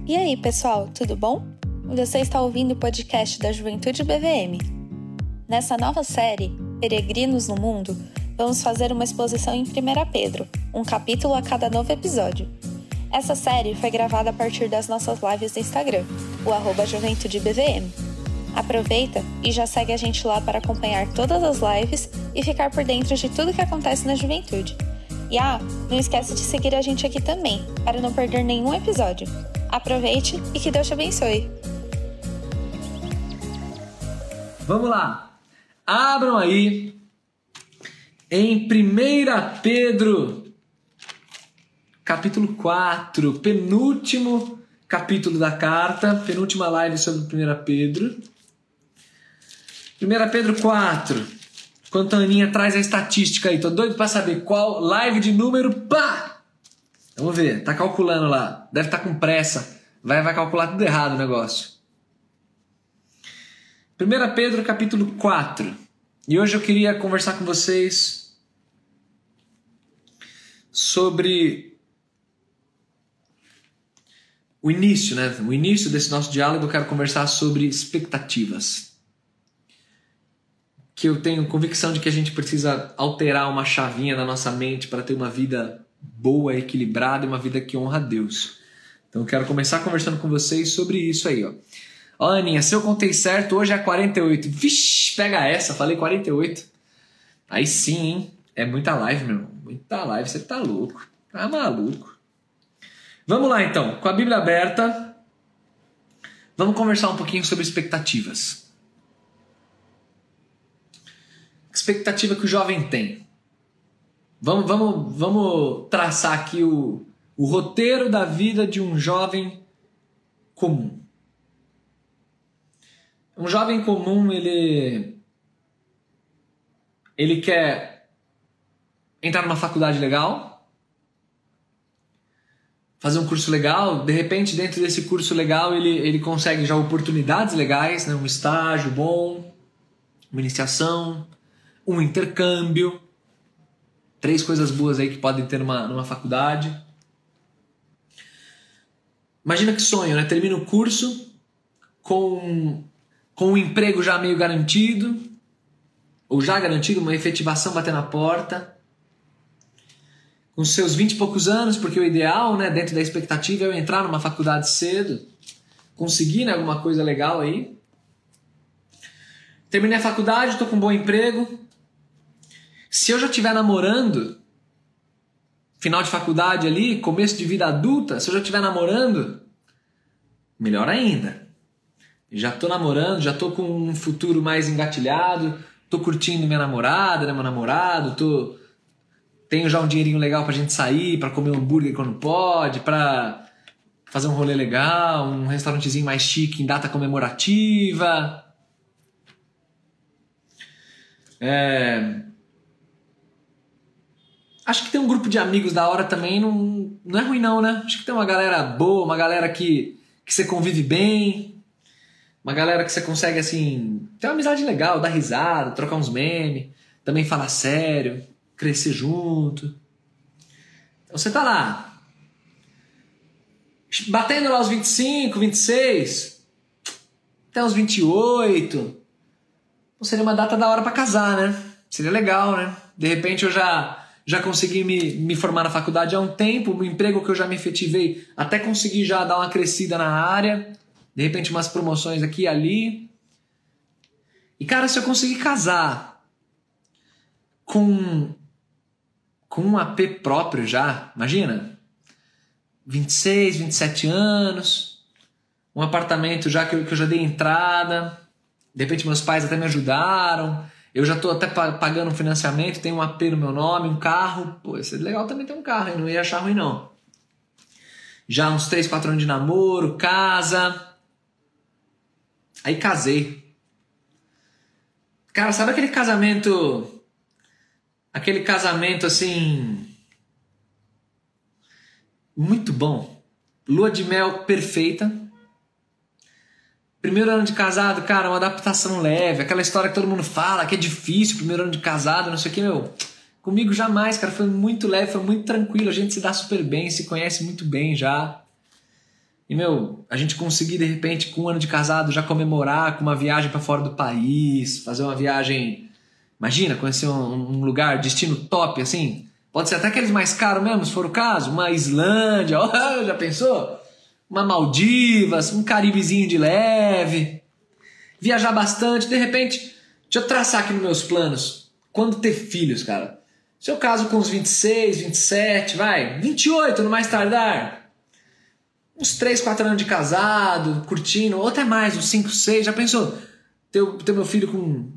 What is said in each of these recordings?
E aí, pessoal, tudo bom? Você está ouvindo o podcast da Juventude BVM. Nessa nova série, Peregrinos no Mundo, vamos fazer uma exposição em 1 Pedro, um capítulo a cada novo episódio. Essa série foi gravada a partir das nossas lives no Instagram, o @JuventudeBVM. Aproveita e já segue a gente lá para acompanhar todas as lives e ficar por dentro de tudo que acontece na juventude. E não esquece de seguir a gente aqui também, para não perder nenhum episódio. Aproveite e que Deus te abençoe. Vamos lá. Abram aí em 1 Pedro, capítulo 4, penúltimo capítulo da carta, penúltima live sobre 1 Pedro. 1 Pedro 4. Enquanto a Aninha traz a estatística aí, tô doido pra saber qual live de número, pá! Vamos ver, tá calculando lá. Deve estar com pressa. Vai calcular tudo errado o negócio. 1 Pedro capítulo 4. E hoje eu queria conversar com vocês sobre o início, né? O início desse nosso diálogo eu quero conversar sobre expectativas. Que eu tenho convicção de que a gente precisa alterar uma chavinha na nossa mente para ter uma vida boa, equilibrada e uma vida que honra a Deus. Então eu quero começar conversando com vocês sobre isso aí, ó. Ó, Aninha, se eu contei certo, hoje é 48. Vixe, pega essa, falei 48. Aí sim, hein? É muita live, meu irmão. Muita live, você tá louco. Tá maluco. Vamos lá, então. Com a Bíblia aberta, vamos conversar um pouquinho sobre expectativas. Expectativa que o jovem tem. Vamos traçar aqui o roteiro da vida de um jovem comum. Um jovem comum, ele quer entrar numa faculdade legal, fazer um curso legal, de repente dentro desse curso legal ele consegue já oportunidades legais, né? Um estágio bom, uma iniciação, um intercâmbio, 3 coisas boas aí que podem ter numa faculdade. Imagina que sonho, né? Termina o curso com um emprego já meio garantido, ou já garantido, uma efetivação bater na porta, com seus 20 e poucos anos, porque o ideal, né, dentro da expectativa é eu entrar numa faculdade cedo, conseguir, né, alguma coisa legal aí. Terminei a faculdade, estou com um bom emprego. Se eu já estiver namorando, final de faculdade ali, começo de vida adulta, se eu já estiver namorando, melhor ainda. Já estou namorando, já estou com um futuro mais engatilhado, estou curtindo minha namorada, né, meu namorado, tenho já um dinheirinho legal pra gente sair, pra comer um hambúrguer quando pode, pra fazer um rolê legal, um restaurantezinho mais chique em data comemorativa. Acho que tem um grupo de amigos da hora também, não é ruim não, né? Acho que tem uma galera boa, uma galera que você convive bem, uma galera que você consegue, assim, ter uma amizade legal, dar risada, trocar uns memes, também falar sério, crescer junto. Então você tá lá, batendo lá os 25, 26, até uns 28. Então seria uma data da hora pra casar, né? Seria legal, né? De repente eu já consegui me formar na faculdade há um tempo, o emprego que eu já me efetivei, até consegui já dar uma crescida na área, de repente umas promoções aqui e ali. E cara, se eu conseguir casar com um AP próprio já, imagina, 26, 27 anos, um apartamento já que eu já dei entrada, de repente meus pais até me ajudaram, eu já estou até pagando um financiamento, tenho um AP no meu nome, um carro, pô, isso é legal também ter um carro, hein? Não ia achar ruim não. Já uns 3, 4 anos de namoro, casa, aí casei. Cara, sabe aquele casamento assim, muito bom, lua de mel perfeita, primeiro ano de casado, cara, uma adaptação leve, aquela história que todo mundo fala, que é difícil, primeiro ano de casado, não sei o que, meu, comigo jamais, cara, foi muito leve, foi muito tranquilo, a gente se dá super bem, se conhece muito bem já, E, a gente conseguir, de repente, com 1 ano de casado, já comemorar com uma viagem para fora do país, fazer uma viagem... Imagina, conhecer um lugar, destino top, assim. Pode ser até aqueles mais caros mesmo, se for o caso. Uma Islândia, já pensou? Uma Maldivas, um Caribezinho de leve. Viajar bastante. De repente, deixa eu traçar aqui nos meus planos. Quando ter filhos, cara? Se eu caso com uns 26, 27, 28 no mais tardar. Uns 3, 4 anos de casado, curtindo, ou até mais, uns 5, 6. Já pensou? Ter meu filho com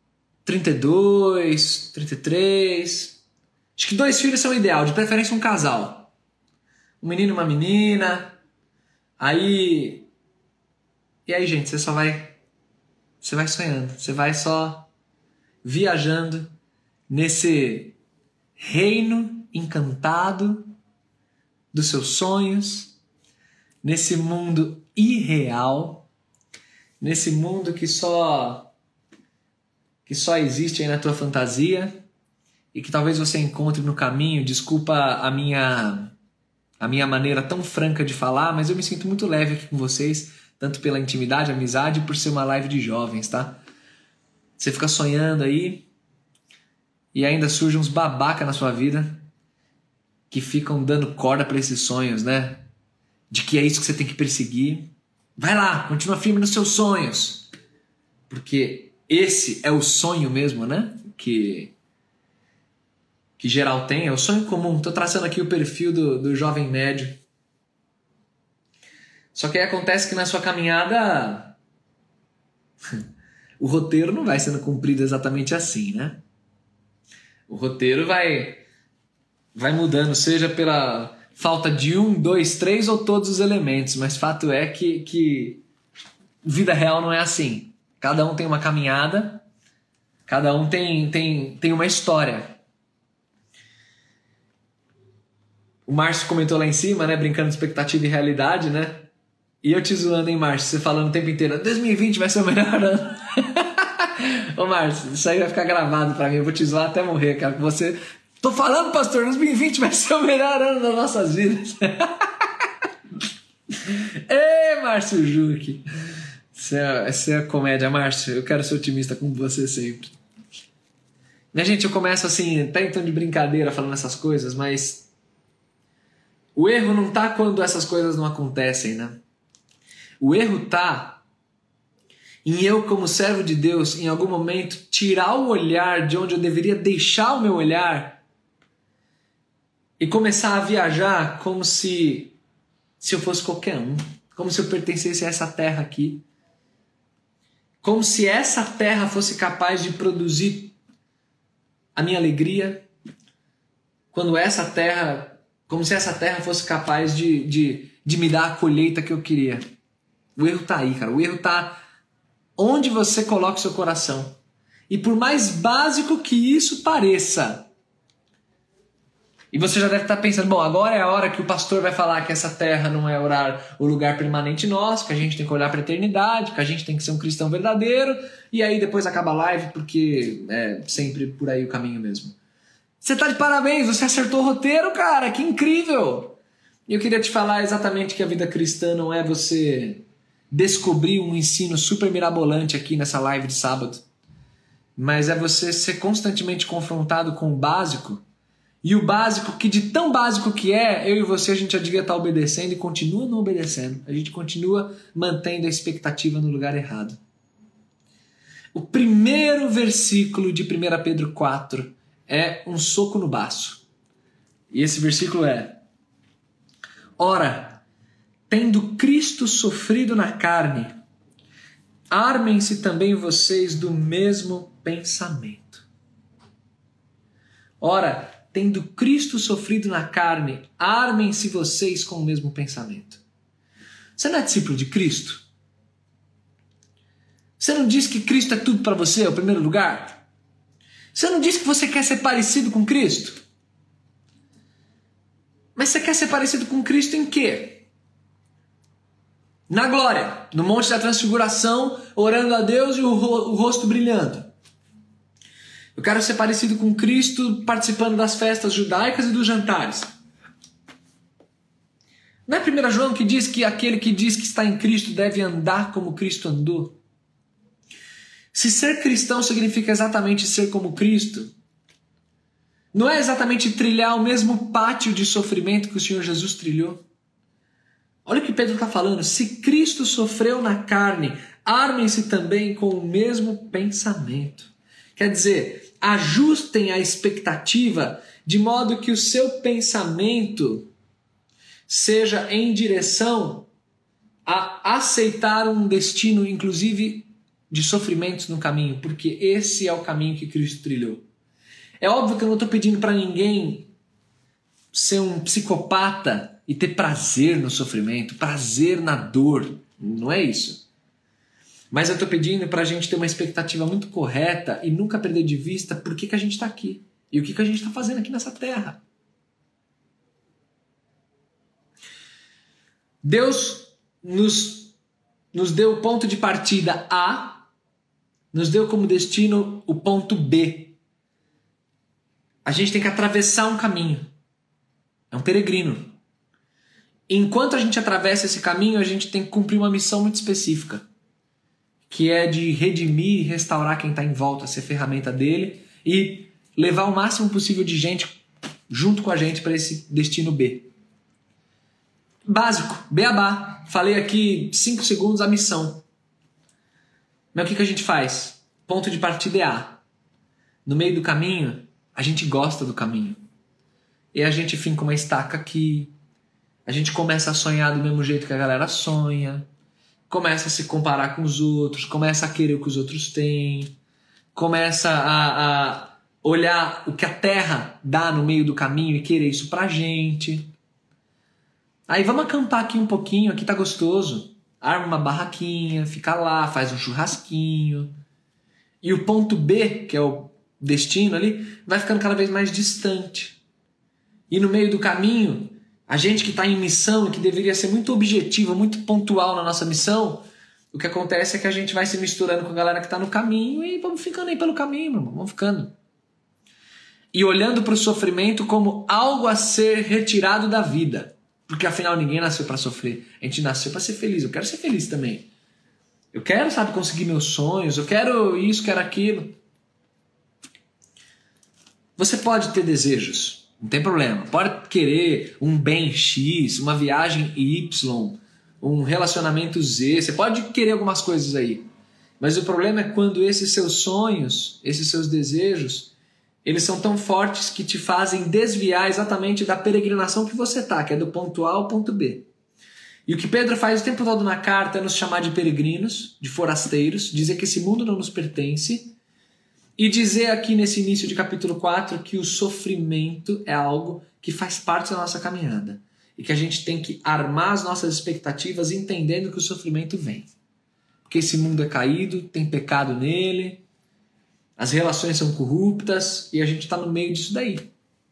32, 33. Acho que 2 filhos são o ideal, de preferência um casal. Um menino e uma menina. E aí, gente, você vai sonhando. Você vai só viajando nesse reino encantado dos seus sonhos, nesse mundo irreal, nesse mundo que só existe aí na tua fantasia e que talvez você encontre no caminho. Desculpa a minha maneira tão franca de falar, mas eu me sinto muito leve aqui com vocês, tanto pela intimidade, amizade, por ser uma live de jovens, tá? Você fica sonhando aí e ainda surgem uns babaca na sua vida que ficam dando corda para esses sonhos, né? De que é isso que você tem que perseguir. Vai lá, continua firme nos seus sonhos. Porque esse é o sonho mesmo, né? Que geral tem, é o sonho comum. Estou traçando aqui o perfil do jovem médio. Só que aí acontece que na sua caminhada o roteiro não vai sendo cumprido exatamente assim, né? O roteiro vai mudando, seja pela falta de 1, 2, 3 ou todos os elementos, mas fato é que vida real não é assim. Cada um tem uma caminhada, cada um tem uma história. O Márcio comentou lá em cima, né, brincando de expectativa e realidade, né? E eu te zoando, hein, Márcio? Você falando o tempo inteiro, 2020 vai ser o melhor ano. Ô, Márcio, isso aí vai ficar gravado pra mim. Eu vou te zoar até morrer, cara. Você... Tô falando, pastor, 2020 vai ser o melhor ano das nossas vidas. Ei, Márcio Juque. Isso é comédia, Márcio. Eu quero ser otimista com você sempre. Minha gente, eu começo assim, até em tom de brincadeira falando essas coisas, mas o erro não tá quando essas coisas não acontecem, né? O erro tá em eu, como servo de Deus, em algum momento, tirar o olhar de onde eu deveria deixar o meu olhar e começar a viajar como se eu fosse qualquer um. Como se eu pertencesse a essa terra aqui. Como se essa terra fosse capaz de produzir a minha alegria. Como se essa terra fosse capaz de me dar a colheita que eu queria. O erro tá aí, cara. O erro tá onde você coloca o seu coração. E por mais básico que isso pareça, e você já deve estar pensando, bom, agora é a hora que o pastor vai falar que essa terra não é o lugar permanente nosso, que a gente tem que olhar para a eternidade, que a gente tem que ser um cristão verdadeiro, e aí depois acaba a live, porque é sempre por aí o caminho mesmo. Você tá de parabéns, você acertou o roteiro, cara, que incrível! E eu queria te falar exatamente que a vida cristã não é você descobrir um ensino super mirabolante aqui nessa live de sábado, mas é você ser constantemente confrontado com o básico. E o básico, que de tão básico que é, eu e você, a gente já devia estar obedecendo e continua não obedecendo. A gente continua mantendo a expectativa no lugar errado. O primeiro versículo de 1 Pedro 4 é um soco no baço. E esse versículo é: ora, tendo Cristo sofrido na carne, armem-se também vocês do mesmo pensamento. Ora, tendo Cristo sofrido na carne, armem-se vocês com o mesmo pensamento. Você não é discípulo de Cristo? Você não diz que Cristo é tudo para você, é o primeiro lugar? Você não diz que você quer ser parecido com Cristo? Mas você quer ser parecido com Cristo em quê? Na glória, no Monte da Transfiguração, orando a Deus e o rosto brilhando. Eu quero ser parecido com Cristo participando das festas judaicas e dos jantares. Não é 1 João que diz que aquele que diz que está em Cristo deve andar como Cristo andou? Se ser cristão significa exatamente ser como Cristo, não é exatamente trilhar o mesmo pátio de sofrimento que o Senhor Jesus trilhou? Olha o que Pedro está falando. Se Cristo sofreu na carne, armem-se também com o mesmo pensamento. Quer dizer, ajustem a expectativa de modo que o seu pensamento seja em direção a aceitar um destino, inclusive, de sofrimentos no caminho, porque esse é o caminho que Cristo trilhou. É óbvio que eu não estou pedindo para ninguém ser um psicopata e ter prazer no sofrimento, prazer na dor. Não é isso. Mas eu estou pedindo para a gente ter uma expectativa muito correta e nunca perder de vista por que a gente está aqui e o que a gente está fazendo aqui nessa terra. Deus nos deu o ponto de partida A, nos deu como destino o ponto B. A gente tem que atravessar um caminho. É um peregrino. Enquanto a gente atravessa esse caminho, a gente tem que cumprir uma missão muito específica, que é de redimir e restaurar quem está em volta, ser ferramenta dele e levar o máximo possível de gente junto com a gente para esse destino B. Básico, beabá. Falei aqui 5 segundos a missão. Mas o que a gente faz? Ponto de partida é A. No meio do caminho, a gente gosta do caminho. E a gente finca uma estaca aqui. A gente começa a sonhar do mesmo jeito que a galera sonha. Começa a se comparar com os outros. Começa a querer o que os outros têm. Começa a olhar o que a terra dá no meio do caminho e querer isso pra gente. Aí vamos acampar aqui um pouquinho. Aqui tá gostoso. Arma uma barraquinha, fica lá, faz um churrasquinho. E o ponto B, que é o destino ali, vai ficando cada vez mais distante. E no meio do caminho, a gente que está em missão e que deveria ser muito objetivo, muito pontual na nossa missão, o que acontece é que a gente vai se misturando com a galera que está no caminho e vamos ficando aí pelo caminho, meu irmão, vamos ficando. E olhando para o sofrimento como algo a ser retirado da vida. Porque afinal ninguém nasceu para sofrer. A gente nasceu para ser feliz. Eu quero ser feliz também. Eu quero, sabe, conseguir meus sonhos. Eu quero isso, quero aquilo. Você pode ter desejos. Não tem problema. Pode querer um bem X, uma viagem Y, um relacionamento Z. Você pode querer algumas coisas aí. Mas o problema é quando esses seus sonhos, esses seus desejos, eles são tão fortes que te fazem desviar exatamente da peregrinação que você está, que é do ponto A ao ponto B. E o que Pedro faz o tempo todo na carta é nos chamar de peregrinos, de forasteiros, dizer que esse mundo não nos pertence e dizer aqui nesse início de capítulo 4 que o sofrimento é algo que faz parte da nossa caminhada e que a gente tem que armar as nossas expectativas entendendo que o sofrimento vem. Porque esse mundo é caído, tem pecado nele, as relações são corruptas e a gente está no meio disso daí.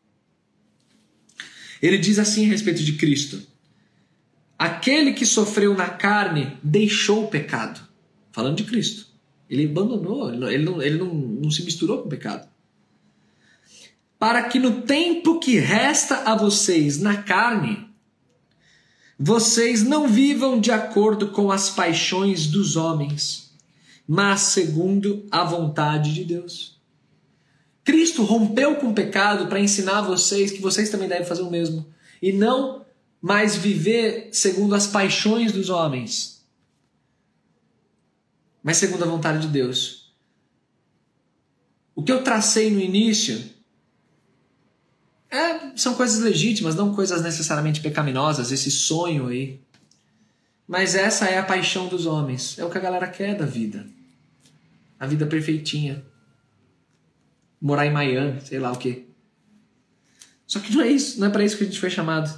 Ele diz assim a respeito de Cristo: aquele que sofreu na carne deixou o pecado. Falando de Cristo. Ele abandonou, ele não se misturou com o pecado. Para que no tempo que resta a vocês na carne, vocês não vivam de acordo com as paixões dos homens, mas segundo a vontade de Deus. Cristo rompeu com o pecado para ensinar a vocês que vocês também devem fazer o mesmo. E não mais viver segundo as paixões dos homens, mas segundo a vontade de Deus. O que eu tracei no início são coisas legítimas, não coisas necessariamente pecaminosas, esse sonho aí. Mas essa é a paixão dos homens. É o que a galera quer da vida. A vida perfeitinha. Morar em Miami, sei lá o quê. Só que não é isso, não é para isso que a gente foi chamado.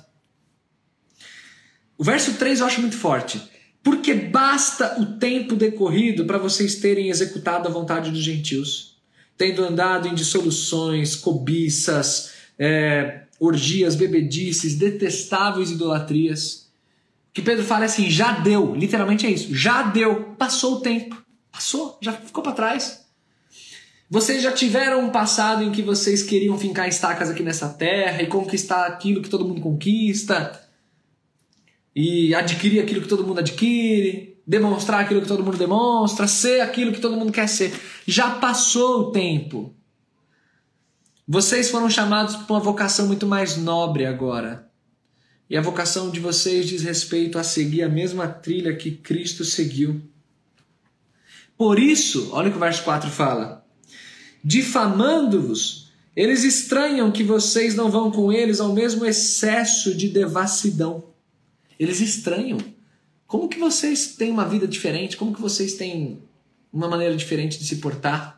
O verso 3 eu acho muito forte. Porque basta o tempo decorrido para vocês terem executado a vontade dos gentios, tendo andado em dissoluções, cobiças, orgias, bebedices, detestáveis idolatrias. O que Pedro fala é assim: já deu, literalmente é isso, já deu, passou o tempo, passou, já ficou para trás. Vocês já tiveram um passado em que vocês queriam fincar estacas aqui nessa terra e conquistar aquilo que todo mundo conquista. e adquirir aquilo que todo mundo adquire, demonstrar aquilo que todo mundo demonstra, ser aquilo que todo mundo quer ser. Já passou o tempo. Vocês foram chamados para uma vocação muito mais nobre agora. E a vocação de vocês diz respeito a seguir a mesma trilha que Cristo seguiu. Por isso, olha o que o verso 4 fala. Difamando-vos, eles estranham que vocês não vão com eles ao mesmo excesso de devassidão. Eles estranham. Como que vocês têm uma vida diferente? Como que vocês têm uma maneira diferente de se portar?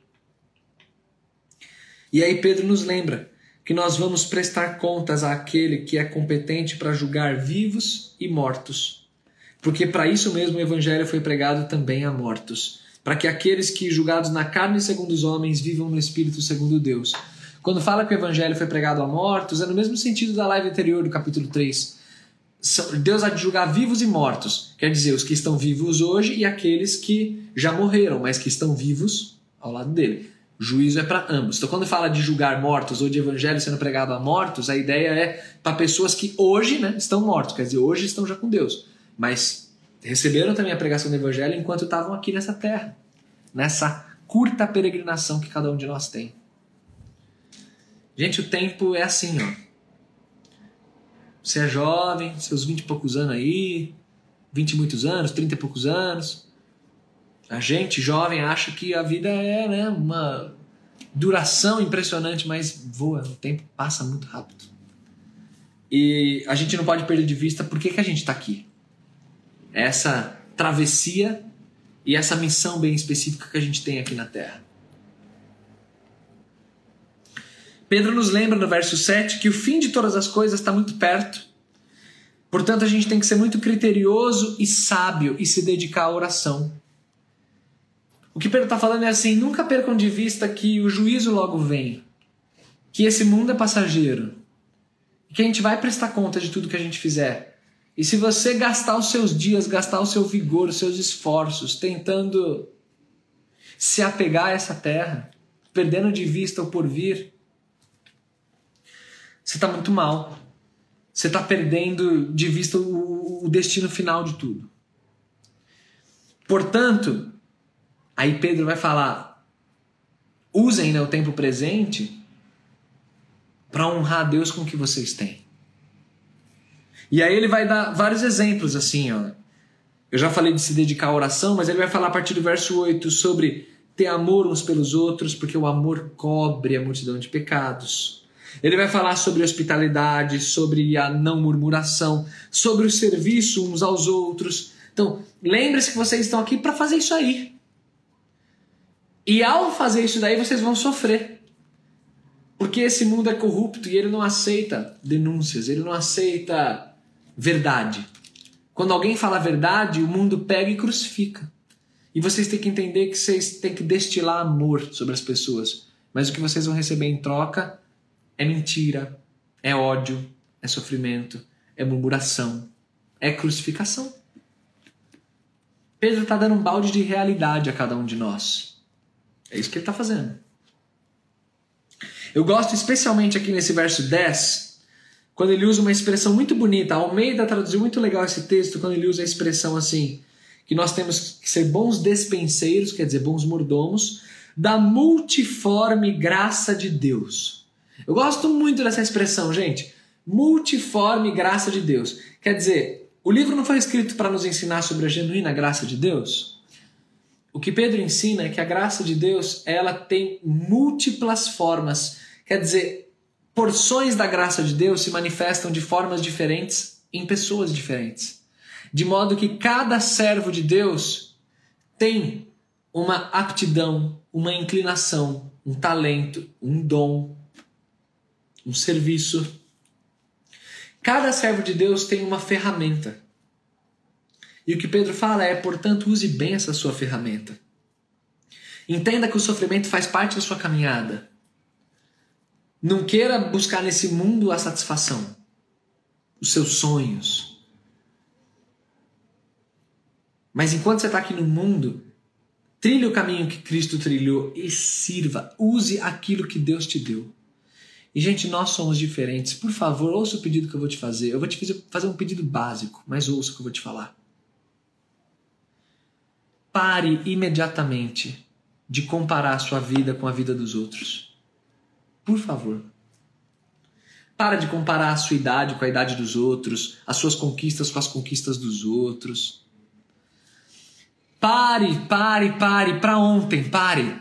E aí Pedro nos lembra que nós vamos prestar contas àquele que é competente para julgar vivos e mortos. Porque para isso mesmo o evangelho foi pregado também a mortos, para que aqueles que, julgados na carne segundo os homens, vivam no espírito segundo Deus. Quando fala que o evangelho foi pregado a mortos, é no mesmo sentido da live anterior do capítulo 3. Deus há de julgar vivos e mortos, quer dizer, os que estão vivos hoje e aqueles que já morreram, mas que estão vivos ao lado dele. Juízo é para ambos. Então, quando fala de julgar mortos ou de evangelho sendo pregado a mortos, a ideia é para pessoas que hoje, né, estão mortos, quer dizer, hoje estão já com Deus, mas receberam também a pregação do evangelho enquanto estavam aqui nessa terra, nessa curta peregrinação que cada um de nós tem. Gente, o tempo é assim, ó. Você é jovem, seus 20 e poucos anos aí, 20 e muitos anos, 30 e poucos anos. A gente jovem acha que a vida é, né, uma duração impressionante, mas voa, o tempo passa muito rápido. E a gente não pode perder de vista por que a gente está aqui. Essa travessia e essa missão bem específica que a gente tem aqui na Terra. Pedro nos lembra no verso 7 que o fim de todas as coisas está muito perto. Portanto, a gente tem que ser muito criterioso e sábio e se dedicar à oração. O que Pedro está falando é assim, nunca percam de vista que o juízo logo vem, que esse mundo é passageiro, que a gente vai prestar conta de tudo que a gente fizer. E se você gastar os seus dias, gastar o seu vigor, os seus esforços, tentando se apegar a essa terra, perdendo de vista o porvir, você está muito mal. Você está perdendo de vista o destino final de tudo. Portanto, aí Pedro vai falar, usem, né, o tempo presente para honrar a Deus com o que vocês têm. E aí ele vai dar vários exemplos assim, ó. Eu já falei de se dedicar à oração, mas ele vai falar a partir do verso 8 sobre ter amor uns pelos outros, porque o amor cobre a multidão de pecados. Ele vai falar sobre hospitalidade, sobre a não murmuração, sobre o serviço uns aos outros. Então, lembre-se que vocês estão aqui para fazer isso aí. E ao fazer isso daí, vocês vão sofrer. Porque esse mundo é corrupto e ele não aceita denúncias, ele não aceita verdade. Quando alguém fala a verdade, o mundo pega e crucifica. E vocês têm que entender que vocês têm que destilar amor sobre as pessoas. Mas o que vocês vão receber em troca é mentira, é ódio, é sofrimento, é murmuração, é crucificação. Pedro está dando um balde de realidade a cada um de nós. É isso que ele está fazendo. Eu gosto especialmente aqui nesse verso 10, quando ele usa uma expressão muito bonita. Almeida traduziu muito legal esse texto quando ele usa a expressão assim, que nós temos que ser bons despenseiros, quer dizer, bons mordomos, da multiforme graça de Deus. Eu gosto muito dessa expressão, gente. Multiforme graça de Deus. Quer dizer, o livro não foi escrito para nos ensinar sobre a genuína graça de Deus? O que Pedro ensina é que a graça de Deus, ela tem múltiplas formas. Quer dizer, porções da graça de Deus se manifestam de formas diferentes em pessoas diferentes. De modo que cada servo de Deus tem uma aptidão, uma inclinação, um talento, um dom, um serviço. Cada servo de Deus tem uma ferramenta. E o que Pedro fala é, portanto, use bem essa sua ferramenta. Entenda que o sofrimento faz parte da sua caminhada. Não queira buscar nesse mundo a satisfação, os seus sonhos. Mas enquanto você está aqui no mundo, trilhe o caminho que Cristo trilhou e sirva. Use aquilo que Deus te deu. E, gente, nós somos diferentes. Por favor, ouça o pedido que eu vou te fazer. Eu vou te fazer um pedido básico, mas ouça o que eu vou te falar. Pare imediatamente de comparar a sua vida com a vida dos outros. Por favor. Para de comparar a sua idade com a idade dos outros, as suas conquistas com as conquistas dos outros. Pare para ontem, pare.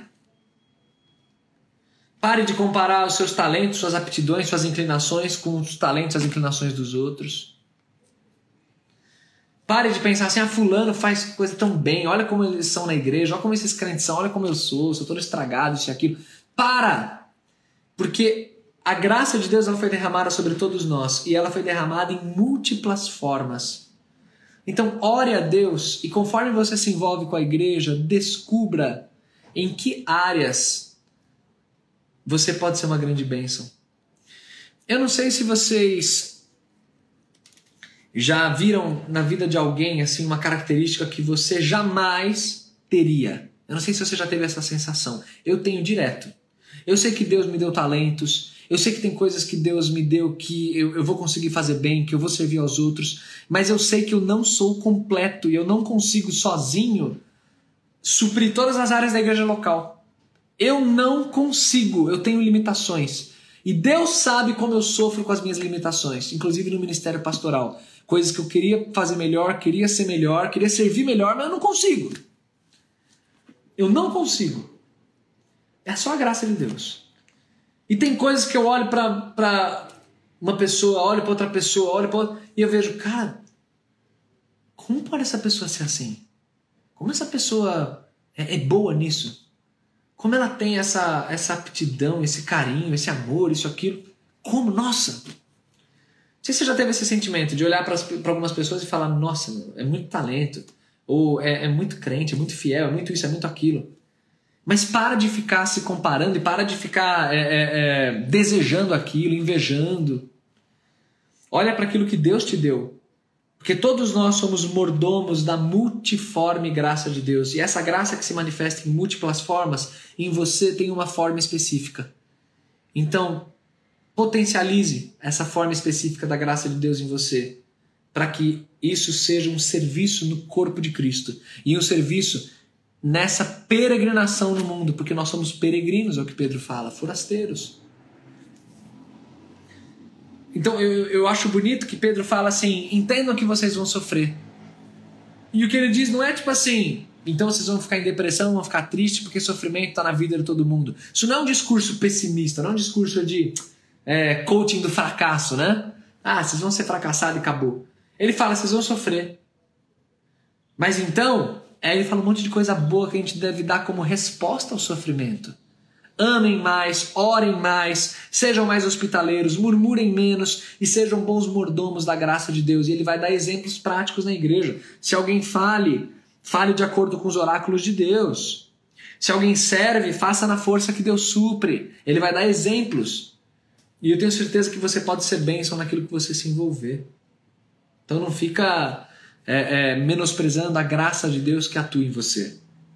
Pare de comparar os seus talentos, suas aptidões, suas inclinações com os talentos e as inclinações dos outros. Pare de pensar assim, fulano faz coisa tão bem, olha como eles são na igreja, olha como esses crentes são, olha como eu sou todo estragado, isso e aquilo. Para! Porque a graça de Deus ela foi derramada sobre todos nós e ela foi derramada em múltiplas formas. Então, ore a Deus e conforme você se envolve com a igreja, descubra em que áreas você pode ser uma grande bênção. Eu não sei se vocês já viram na vida de alguém assim uma característica que você jamais teria. Eu não sei se você já teve essa sensação. Eu tenho direto. Eu sei que Deus me deu talentos. Eu sei que tem coisas que Deus me deu que eu vou conseguir fazer bem, que eu vou servir aos outros. Mas eu sei que eu não sou completo e eu não consigo sozinho suprir todas as áreas da igreja local. Eu não consigo, eu tenho limitações. E Deus sabe como eu sofro com as minhas limitações, inclusive no ministério pastoral. Coisas que eu queria fazer melhor, queria ser melhor, queria servir melhor, mas eu não consigo. Eu não consigo. É só a graça de Deus. E tem coisas que eu olho para uma pessoa, olho para outra pessoa, olho para outra, e eu vejo, cara, como pode essa pessoa ser assim? Como essa pessoa é boa nisso? Como ela tem essa aptidão, esse carinho, esse amor, isso, aquilo. Como? Nossa! Não sei se você já teve esse sentimento de olhar para algumas pessoas e falar, nossa, é muito talento. Ou é muito crente, é muito fiel, é muito isso, é muito aquilo. Mas para de ficar se comparando e para de ficar desejando aquilo, invejando. Olha para aquilo que Deus te deu. Porque todos nós somos mordomos da multiforme graça de Deus. E essa graça que se manifesta em múltiplas formas, em você tem uma forma específica. Então, potencialize essa forma específica da graça de Deus em você, para que isso seja um serviço no corpo de Cristo. E um serviço nessa peregrinação no mundo, porque nós somos peregrinos, é o que Pedro fala, forasteiros. Então eu acho bonito que Pedro fala assim, entendam que vocês vão sofrer. E o que ele diz não é tipo assim, então vocês vão ficar em depressão, vão ficar tristes porque sofrimento está na vida de todo mundo. Isso não é um discurso pessimista, não é um discurso de coaching do fracasso, né? Ah, vocês vão ser fracassados e acabou. Ele fala, vocês vão sofrer. Mas então, ele fala um monte de coisa boa que a gente deve dar como resposta ao sofrimento. Amem mais, orem mais, sejam mais hospitaleiros, murmurem menos e sejam bons mordomos da graça de Deus. E ele vai dar exemplos práticos na igreja. Se alguém fale de acordo com os oráculos de Deus. Se alguém serve, faça na força que Deus supre. Ele vai dar exemplos. E eu tenho certeza que você pode ser bênção naquilo que você se envolver. Então não fica menosprezando a graça de Deus que atua em você.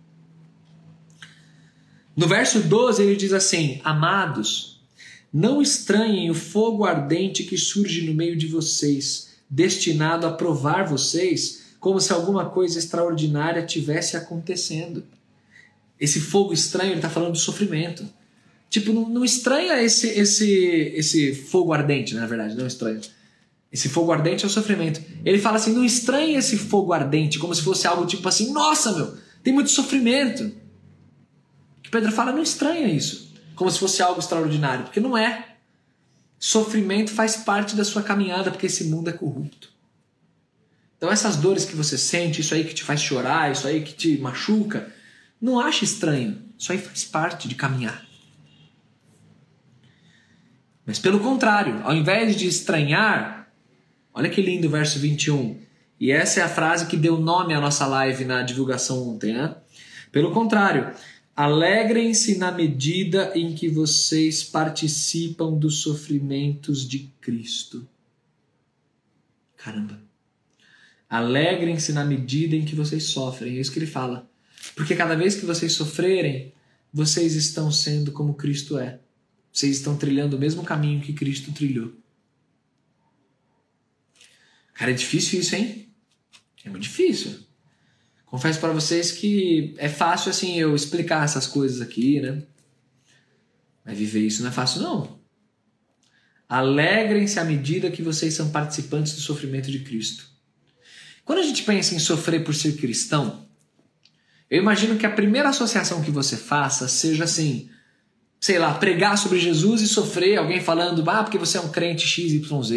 No verso 12 ele diz assim, amados, não estranhem o fogo ardente que surge no meio de vocês, destinado a provar vocês, como se alguma coisa extraordinária tivesse acontecendo. Esse fogo estranho, ele está falando do sofrimento. Tipo, não estranha esse fogo ardente, na verdade, não estranha. Esse fogo ardente é o sofrimento. Ele fala assim, não estranhe esse fogo ardente, como se fosse algo tipo assim, nossa, tem muito sofrimento. Que Pedro fala, não estranha isso, como se fosse algo extraordinário, porque não é. Sofrimento faz parte da sua caminhada, porque esse mundo é corrupto. Então essas dores que você sente, isso aí que te faz chorar, isso aí que te machuca, não ache estranho, isso aí faz parte de caminhar. Mas pelo contrário, ao invés de estranhar, olha que lindo o verso 21, e essa é a frase que deu nome à nossa live na divulgação ontem, né? Pelo contrário, alegrem-se na medida em que vocês participam dos sofrimentos de Cristo. Caramba. Alegrem-se na medida em que vocês sofrem. É isso que ele fala. Porque cada vez que vocês sofrerem, vocês estão sendo como Cristo é. vocês estão trilhando o mesmo caminho que Cristo trilhou. Cara, é difícil isso, hein? É muito difícil. Confesso para vocês que é fácil assim eu explicar essas coisas aqui, né? Mas viver isso não é fácil, não. Alegrem-se à medida que vocês são participantes do sofrimento de Cristo. Quando a gente pensa em sofrer por ser cristão, eu imagino que a primeira associação que você faça seja assim, sei lá, pregar sobre Jesus e sofrer, alguém falando, porque você é um crente XYZ.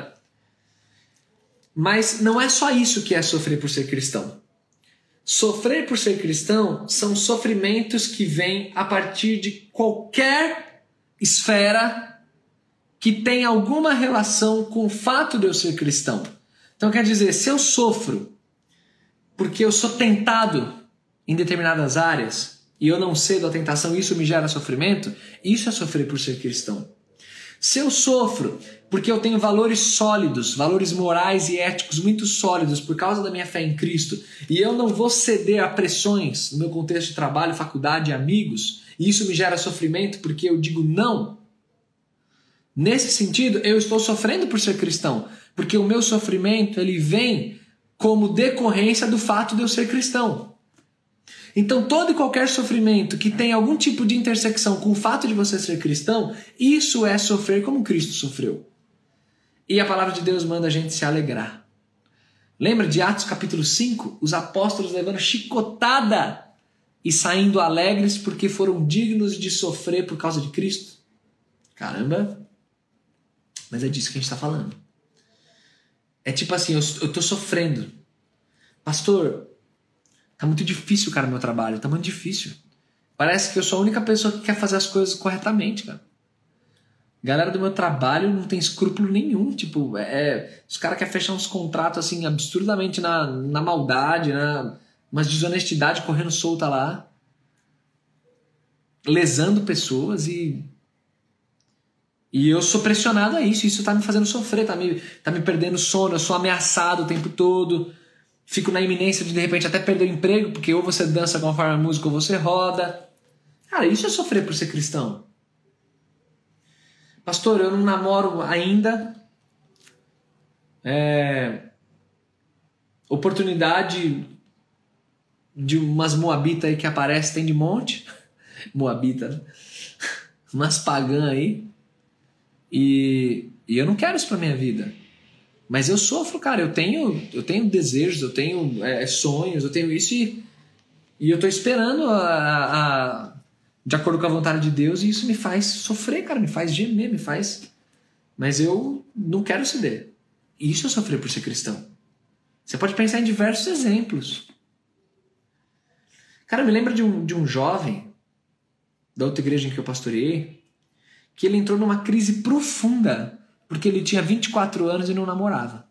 Mas não é só isso que é sofrer por ser cristão. Sofrer por ser cristão são sofrimentos que vêm a partir de qualquer esfera que tem alguma relação com o fato de eu ser cristão. Então quer dizer, se eu sofro porque eu sou tentado em determinadas áreas e eu não cedo à tentação e isso me gera sofrimento, isso é sofrer por ser cristão. Se eu sofro porque eu tenho valores sólidos, valores morais e éticos muito sólidos por causa da minha fé em Cristo, e eu não vou ceder a pressões no meu contexto de trabalho, faculdade, amigos, e isso me gera sofrimento porque eu digo não, nesse sentido eu estou sofrendo por ser cristão, porque o meu sofrimento ele vem como decorrência do fato de eu ser cristão. Então todo e qualquer sofrimento que tem algum tipo de intersecção com o fato de você ser cristão, isso é sofrer como Cristo sofreu. E a palavra de Deus manda a gente se alegrar. Lembra de Atos capítulo 5? Os apóstolos levando chicotada e saindo alegres porque foram dignos de sofrer por causa de Cristo. Caramba! Mas é disso que a gente está falando. É tipo assim, eu estou sofrendo. Pastor, tá muito difícil, cara, meu trabalho. Tá muito difícil. Parece que eu sou a única pessoa que quer fazer as coisas corretamente, cara. Galera do meu trabalho não tem escrúpulo nenhum. Tipo, os caras querem fechar uns contratos assim, absurdamente na maldade, umas desonestidade correndo solta lá. Lesando pessoas e eu sou pressionado a isso. Isso tá me fazendo sofrer, tá me perdendo sono. Eu sou ameaçado o tempo todo. Fico na iminência de repente até perder o emprego, porque ou você dança conforme a música ou você roda. Cara, isso é sofrer por ser cristão. Pastor, eu não namoro ainda. Oportunidade de umas moabitas aí que aparecem, tem de monte. Moabita, né? Umas pagãs aí. E eu não quero isso pra minha vida. Mas eu sofro, cara. Eu tenho desejos, eu tenho sonhos, eu tenho isso e eu tô esperando de acordo com a vontade de Deus, e isso me faz sofrer, cara, me faz gemer, Mas eu não quero ceder. Isso é sofrer por ser cristão. Você pode pensar em diversos exemplos. Cara, me lembra de um jovem da outra igreja em que eu pastoreei, que ele entrou numa crise profunda porque ele tinha 24 anos e não namorava.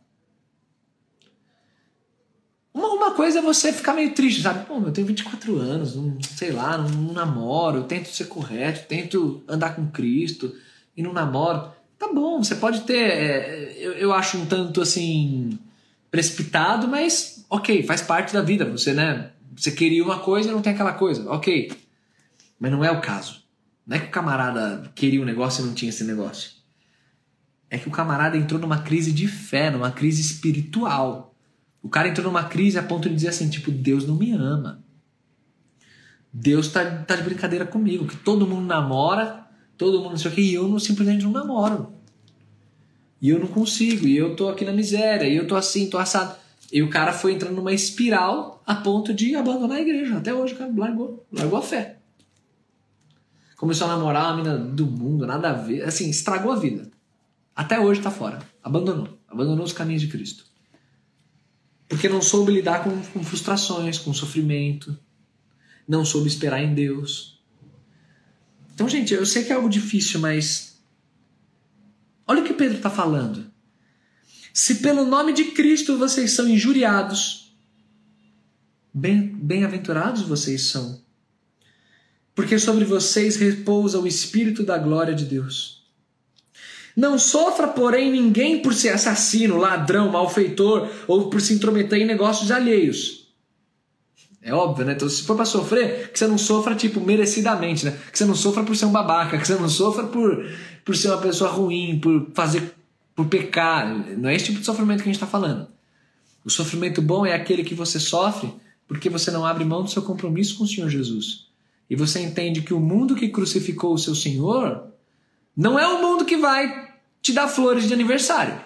Uma coisa é você ficar meio triste, sabe? Pô, eu tenho 24 anos, não namoro, eu tento ser correto, tento andar com Cristo e não namoro. Tá bom, você pode ter, eu acho um tanto assim, precipitado, mas ok, faz parte da vida. Você queria uma coisa e não tem aquela coisa, ok. Mas não é o caso. Não é que o camarada queria um negócio e não tinha esse negócio. É que o camarada entrou numa crise de fé, numa crise espiritual. O cara entrou numa crise a ponto de dizer assim, tipo, Deus não me ama. Deus tá de brincadeira comigo, que todo mundo namora, todo mundo não sei o que, e eu simplesmente não namoro. E eu não consigo, e eu tô aqui na miséria, e eu tô assim, tô assado. E o cara foi entrando numa espiral a ponto de abandonar a igreja. Até hoje o cara largou a fé. Começou a namorar uma mina do mundo, nada a ver, assim, estragou a vida. Até hoje tá fora, abandonou os caminhos de Cristo. Porque não soube lidar com frustrações, com sofrimento. Não soube esperar em Deus. Então, gente, eu sei que é algo difícil, mas olha o que Pedro está falando. Se pelo nome de Cristo vocês são injuriados, bem-aventurados vocês são. Porque sobre vocês repousa o Espírito da glória de Deus. Não sofra, porém, ninguém por ser assassino, ladrão, malfeitor ou por se intrometer em negócios alheios. É óbvio, né? Então, se for para sofrer, que você não sofra, tipo, merecidamente, né? Que você não sofra por ser um babaca, que você não sofra por ser uma pessoa ruim, por pecar. Não é esse tipo de sofrimento que a gente está falando. O sofrimento bom é aquele que você sofre porque você não abre mão do seu compromisso com o Senhor Jesus. E você entende que o mundo que crucificou o seu Senhor não é o mundo que vai te dar flores de aniversário.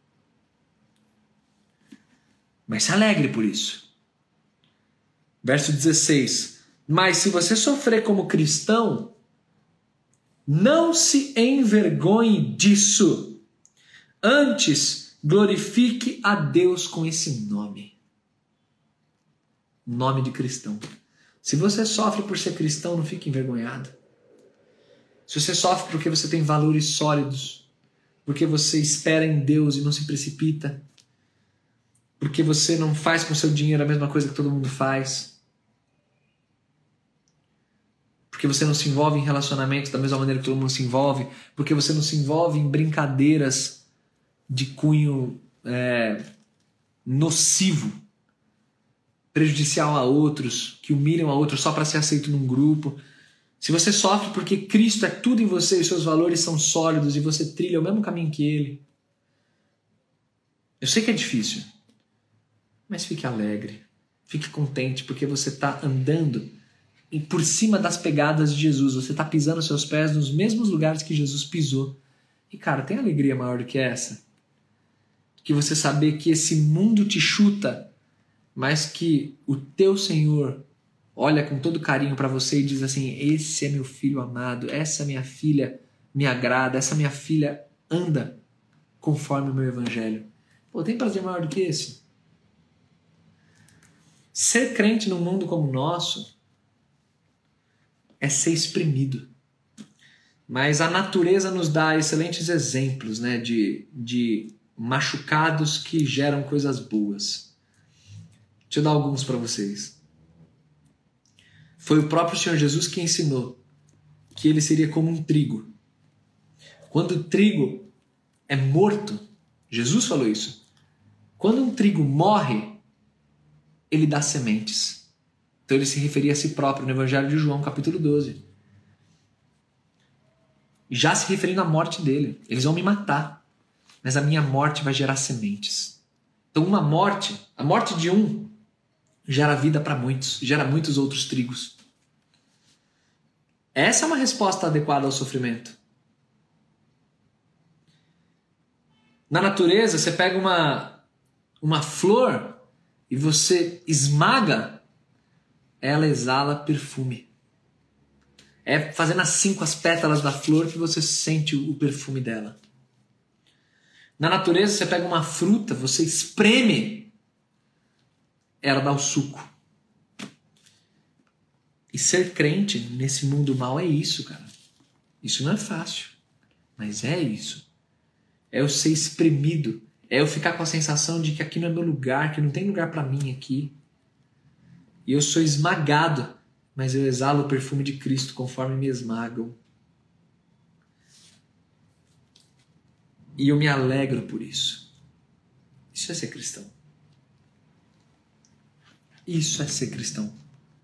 Mas se alegre por isso. Verso 16. Mas se você sofrer como cristão, não se envergonhe disso. Antes, glorifique a Deus com esse nome. Nome de cristão. Se você sofre por ser cristão, não fique envergonhado. Se você sofre porque você tem valores sólidos, porque você espera em Deus e não se precipita, porque você não faz com seu dinheiro a mesma coisa que todo mundo faz, porque você não se envolve em relacionamentos da mesma maneira que todo mundo se envolve, porque você não se envolve em brincadeiras de cunho nocivo, prejudicial a outros, que humilham a outros só para ser aceito num grupo. Se você sofre porque Cristo é tudo em você e seus valores são sólidos e você trilha o mesmo caminho que Ele, eu sei que é difícil, mas fique alegre, fique contente, porque você está andando por cima das pegadas de Jesus, você está pisando seus pés nos mesmos lugares que Jesus pisou. E cara, tem alegria maior do que essa? Que você saber que esse mundo te chuta, mas que o teu Senhor olha com todo carinho para você e diz assim: esse é meu filho amado, essa minha filha me agrada, essa minha filha anda conforme o meu evangelho. Pô, tem prazer maior do que esse? Ser crente num mundo como o nosso é ser exprimido. Mas a natureza nos dá excelentes exemplos, né, de machucados que geram coisas boas. Deixa eu dar alguns para vocês. Foi o próprio Senhor Jesus que ensinou que ele seria como um trigo. Quando o trigo é morto, Jesus falou isso. Quando um trigo morre, ele dá sementes. Então ele se referia a si próprio no Evangelho de João, capítulo 12. Já se referindo à morte dele. Eles vão me matar, mas a minha morte vai gerar sementes. Então a morte de um gera vida para muitos, gera muitos outros trigos. Essa é uma resposta adequada ao sofrimento. Na natureza, você pega uma flor e você esmaga, ela exala perfume. É fazendo assim com as pétalas da flor que você sente o perfume dela. Na natureza, você pega uma fruta, você espreme, ela dá o suco. E ser crente nesse mundo mal é isso, cara. Isso não é fácil, mas é isso. É eu ser espremido, é eu ficar com a sensação de que aqui não é meu lugar, que não tem lugar para mim aqui. E eu sou esmagado, mas eu exalo o perfume de Cristo conforme me esmagam. E eu me alegro por isso. Isso é ser cristão. Isso é ser cristão.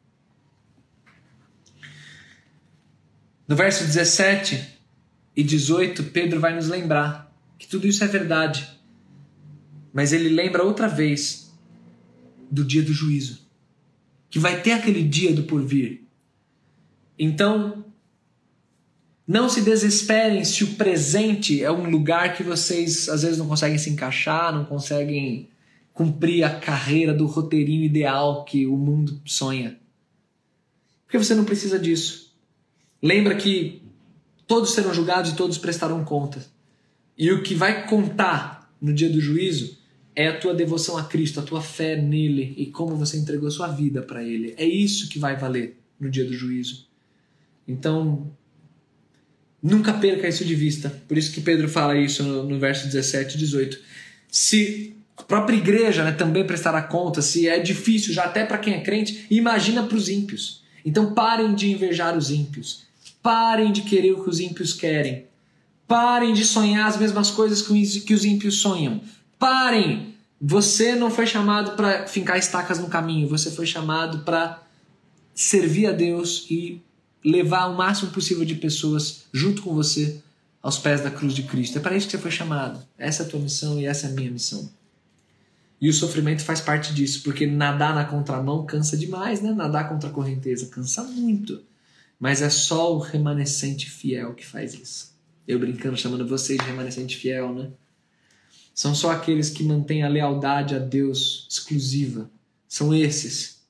No verso 17 e 18, Pedro vai nos lembrar que tudo isso é verdade. Mas ele lembra outra vez do dia do juízo. Que vai ter aquele dia do porvir. Então, não se desesperem se o presente é um lugar que vocês às vezes não conseguem se encaixar, não conseguem cumprir a carreira do roteirinho ideal que o mundo sonha. Porque você não precisa disso. Lembra que todos serão julgados e todos prestarão conta. E o que vai contar no dia do juízo é a tua devoção a Cristo, a tua fé nele e como você entregou a sua vida para ele. É isso que vai valer no dia do juízo. Então, nunca perca isso de vista. Por isso que Pedro fala isso no verso 17 e 18. Se a própria igreja, né, também prestará conta, se é difícil já até para quem é crente, imagina para os ímpios. Então parem de invejar os ímpios. Parem de querer o que os ímpios querem. Parem de sonhar as mesmas coisas que os ímpios sonham. Parem Você não foi chamado para fincar estacas no caminho, você foi chamado para servir a Deus e levar o máximo possível de pessoas junto com você aos pés da cruz de Cristo. É para isso que você foi chamado. Essa é a tua missão e essa é a minha missão. E o sofrimento faz parte disso, porque nadar na contramão cansa demais, né? Nadar contra a correnteza cansa muito. Mas é só o remanescente fiel que faz isso. Eu brincando, chamando vocês de remanescente fiel, né? São só aqueles que mantêm a lealdade a Deus exclusiva. São esses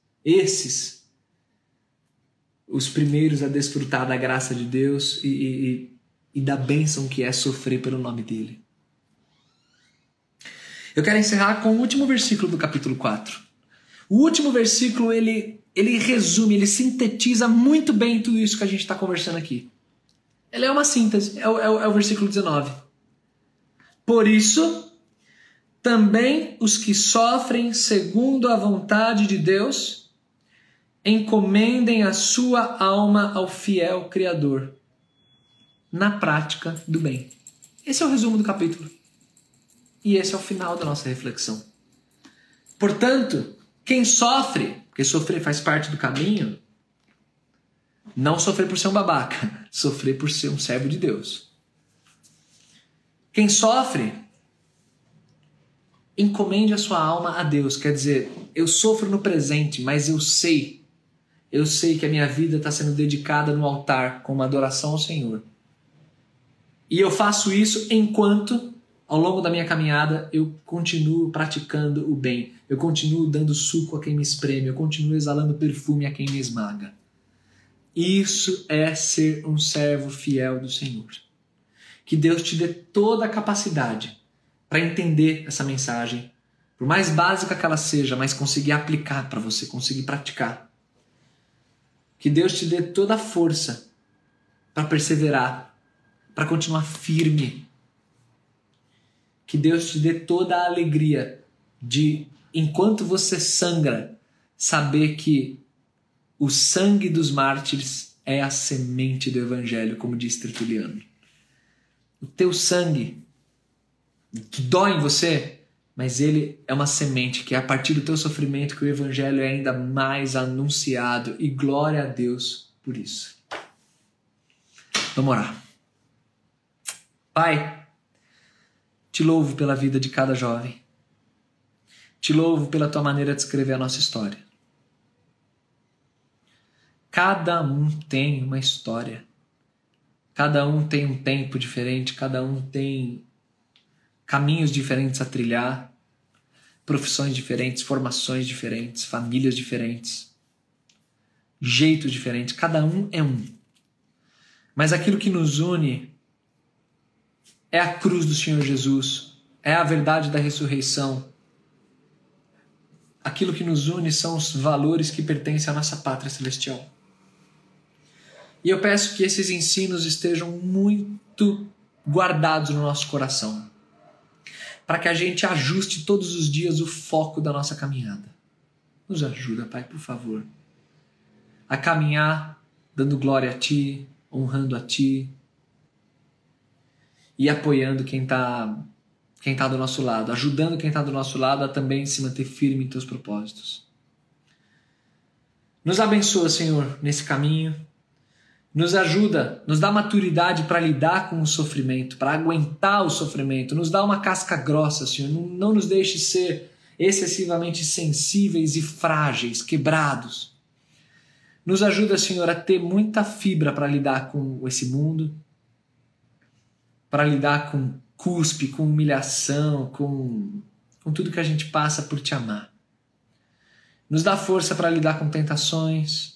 os primeiros a desfrutar da graça de Deus e da bênção que é sofrer pelo nome dele. Eu quero encerrar com o último versículo do capítulo 4. O último versículo, ele resume, ele sintetiza muito bem tudo isso que a gente está conversando aqui. Ele é uma síntese, é o versículo 19. Por isso, também os que sofrem segundo a vontade de Deus, encomendem a sua alma ao fiel Criador, na prática do bem. Esse é o resumo do capítulo. E esse é o final da nossa reflexão. Portanto, quem sofre, porque sofrer faz parte do caminho, não sofrer por ser um babaca, sofrer por ser um servo de Deus. Quem sofre, encomende a sua alma a Deus. Quer dizer, eu sofro no presente, mas eu sei que a minha vida está sendo dedicada no altar com uma adoração ao Senhor. E eu faço isso enquanto, ao longo da minha caminhada, eu continuo praticando o bem. Eu continuo dando suco a quem me espreme. Eu continuo exalando perfume a quem me esmaga. Isso é ser um servo fiel do Senhor. Que Deus te dê toda a capacidade para entender essa mensagem, por mais básica que ela seja, mas conseguir aplicar para você, conseguir praticar. Que Deus te dê toda a força para perseverar, para continuar firme. Que Deus te dê toda a alegria de, enquanto você sangra, saber que o sangue dos mártires é a semente do Evangelho, como diz Tertuliano. O teu sangue, que dói em você, mas ele é uma semente que é a partir do teu sofrimento que o Evangelho é ainda mais anunciado, e glória a Deus por isso. Vamos orar. Pai, te louvo pela vida de cada jovem. Te louvo pela tua maneira de escrever a nossa história. Cada um tem uma história. Cada um tem um tempo diferente. Cada um tem caminhos diferentes a trilhar. Profissões diferentes, formações diferentes, famílias diferentes. Jeitos diferentes. Cada um é um. Mas aquilo que nos une é a cruz do Senhor Jesus. É a verdade da ressurreição. Aquilo que nos une são os valores que pertencem à nossa pátria celestial. E eu peço que esses ensinos estejam muito guardados no nosso coração, para que a gente ajuste todos os dias o foco da nossa caminhada. Nos ajuda, Pai, por favor, a caminhar dando glória a Ti, honrando a Ti e apoiando quem está do nosso lado, ajudando quem está do nosso lado a também se manter firme em Teus propósitos. Nos abençoa, Senhor, nesse caminho. Nos ajuda, nos dá maturidade para lidar com o sofrimento, para aguentar o sofrimento. Nos dá uma casca grossa, Senhor. Não nos deixe ser excessivamente sensíveis e frágeis, quebrados. Nos ajuda, Senhor, a ter muita fibra para lidar com esse mundo, para lidar com cuspe, com humilhação, com tudo que a gente passa por Te amar. Nos dá força para lidar com tentações.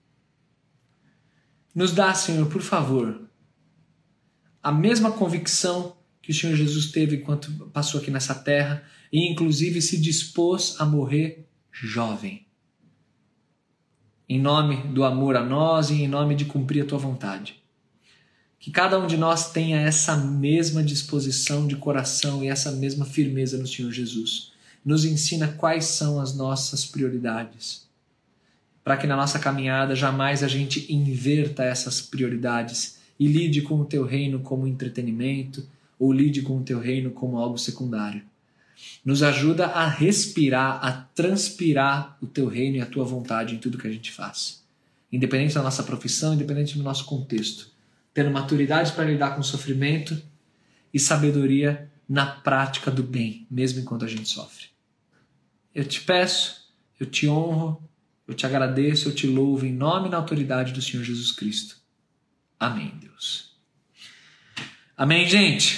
Nos dá, Senhor, por favor, a mesma convicção que o Senhor Jesus teve enquanto passou aqui nessa terra e inclusive se dispôs a morrer jovem. Em nome do amor a nós e em nome de cumprir a Tua vontade. Que cada um de nós tenha essa mesma disposição de coração e essa mesma firmeza no Senhor Jesus. Nos ensina quais são as nossas prioridades, para que na nossa caminhada jamais a gente inverta essas prioridades e lide com o Teu reino como entretenimento ou lide com o Teu reino como algo secundário. Nos ajuda a respirar, a transpirar o teu reino e a tua vontade em tudo que a gente faz. Independente da nossa profissão, independente do nosso contexto. Tendo maturidade para lidar com o sofrimento e sabedoria na prática do bem, mesmo enquanto a gente sofre. Eu te peço, eu te honro, eu te agradeço, eu te louvo em nome e na autoridade do Senhor Jesus Cristo. Amém, Deus. Amém, gente?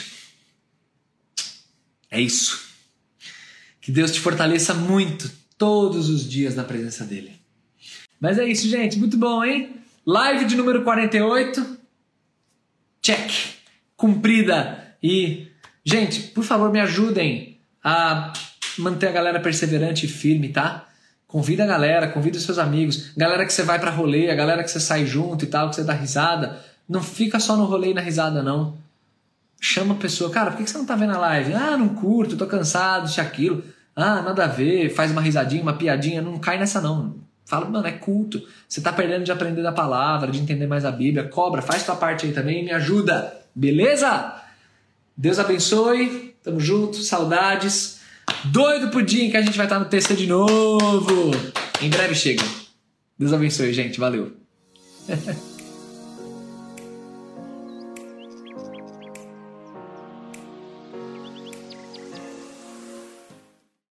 É isso. Que Deus te fortaleça muito todos os dias na presença dele. Mas é isso, gente. Muito bom, hein? Live de número 48. Check. Cumprida. E, gente, por favor, me ajudem a manter a galera perseverante e firme, tá? Convida a galera, convida os seus amigos. Galera que você vai pra rolê, a galera que você sai junto e tal, que você dá risada. Não fica só no rolê e na risada, não. Chama a pessoa. Cara, por que você não tá vendo a live? Ah, não curto, tô cansado, isso e aquilo. Ah, nada a ver, faz uma risadinha, uma piadinha. Não cai nessa, não. Fala, mano, é culto. Você tá perdendo de aprender da palavra, de entender mais a Bíblia. Cobra, faz tua parte aí também e me ajuda. Beleza? Deus abençoe. Tamo junto. Saudades. Doido pro dia em que a gente vai estar no TC de novo. Em breve chega. Deus abençoe, gente. Valeu.